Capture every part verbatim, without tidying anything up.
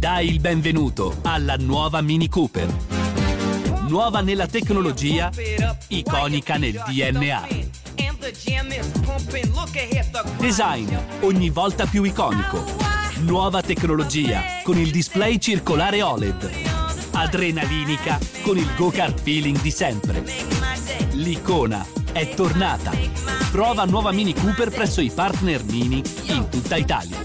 Dai il benvenuto alla nuova Mini Cooper. Nuova nella tecnologia, iconica nel D N A. Design ogni volta più iconico. Nuova tecnologia con il display circolare O L E D. Adrenalinica con il go-kart feeling di sempre. L'icona è tornata. Prova nuova Mini Cooper presso i partner Mini in tutta Italia.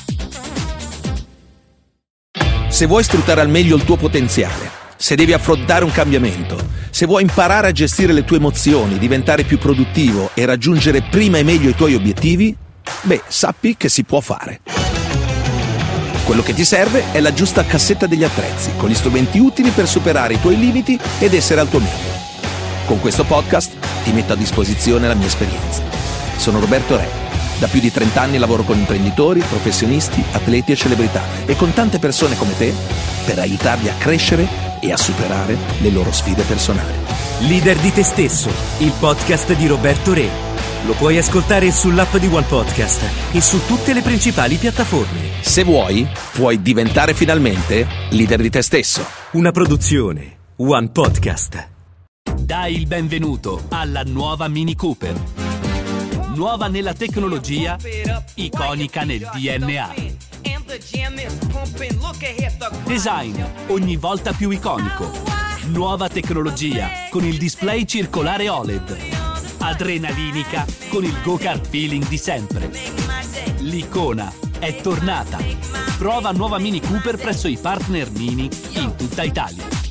Se vuoi sfruttare al meglio il tuo potenziale, se devi affrontare un cambiamento, se vuoi imparare a gestire le tue emozioni, diventare più produttivo e raggiungere prima e meglio i tuoi obiettivi, beh, sappi che si può fare. Quello che ti serve è la giusta cassetta degli attrezzi, con gli strumenti utili per superare i tuoi limiti ed essere al tuo meglio. Con questo podcast ti metto a disposizione la mia esperienza. Sono Roberto Re. Da più di trenta anni lavoro con imprenditori, professionisti, atleti e celebrità e con tante persone come te per aiutarli a crescere e a superare le loro sfide personali. Leader di te stesso, il podcast di Roberto Re. Lo puoi ascoltare sull'app di One Podcast e su tutte le principali piattaforme. Se vuoi, puoi diventare finalmente leader di te stesso. Una produzione One Podcast. Dai il benvenuto alla nuova Mini Cooper. Nuova nella tecnologia, iconica nel D N A. Design ogni volta più iconico. Nuova tecnologia con il display circolare O L E D. Adrenalinica con il go-kart feeling di sempre. L'icona è tornata. Prova nuova Mini Cooper presso i partner Mini in tutta Italia.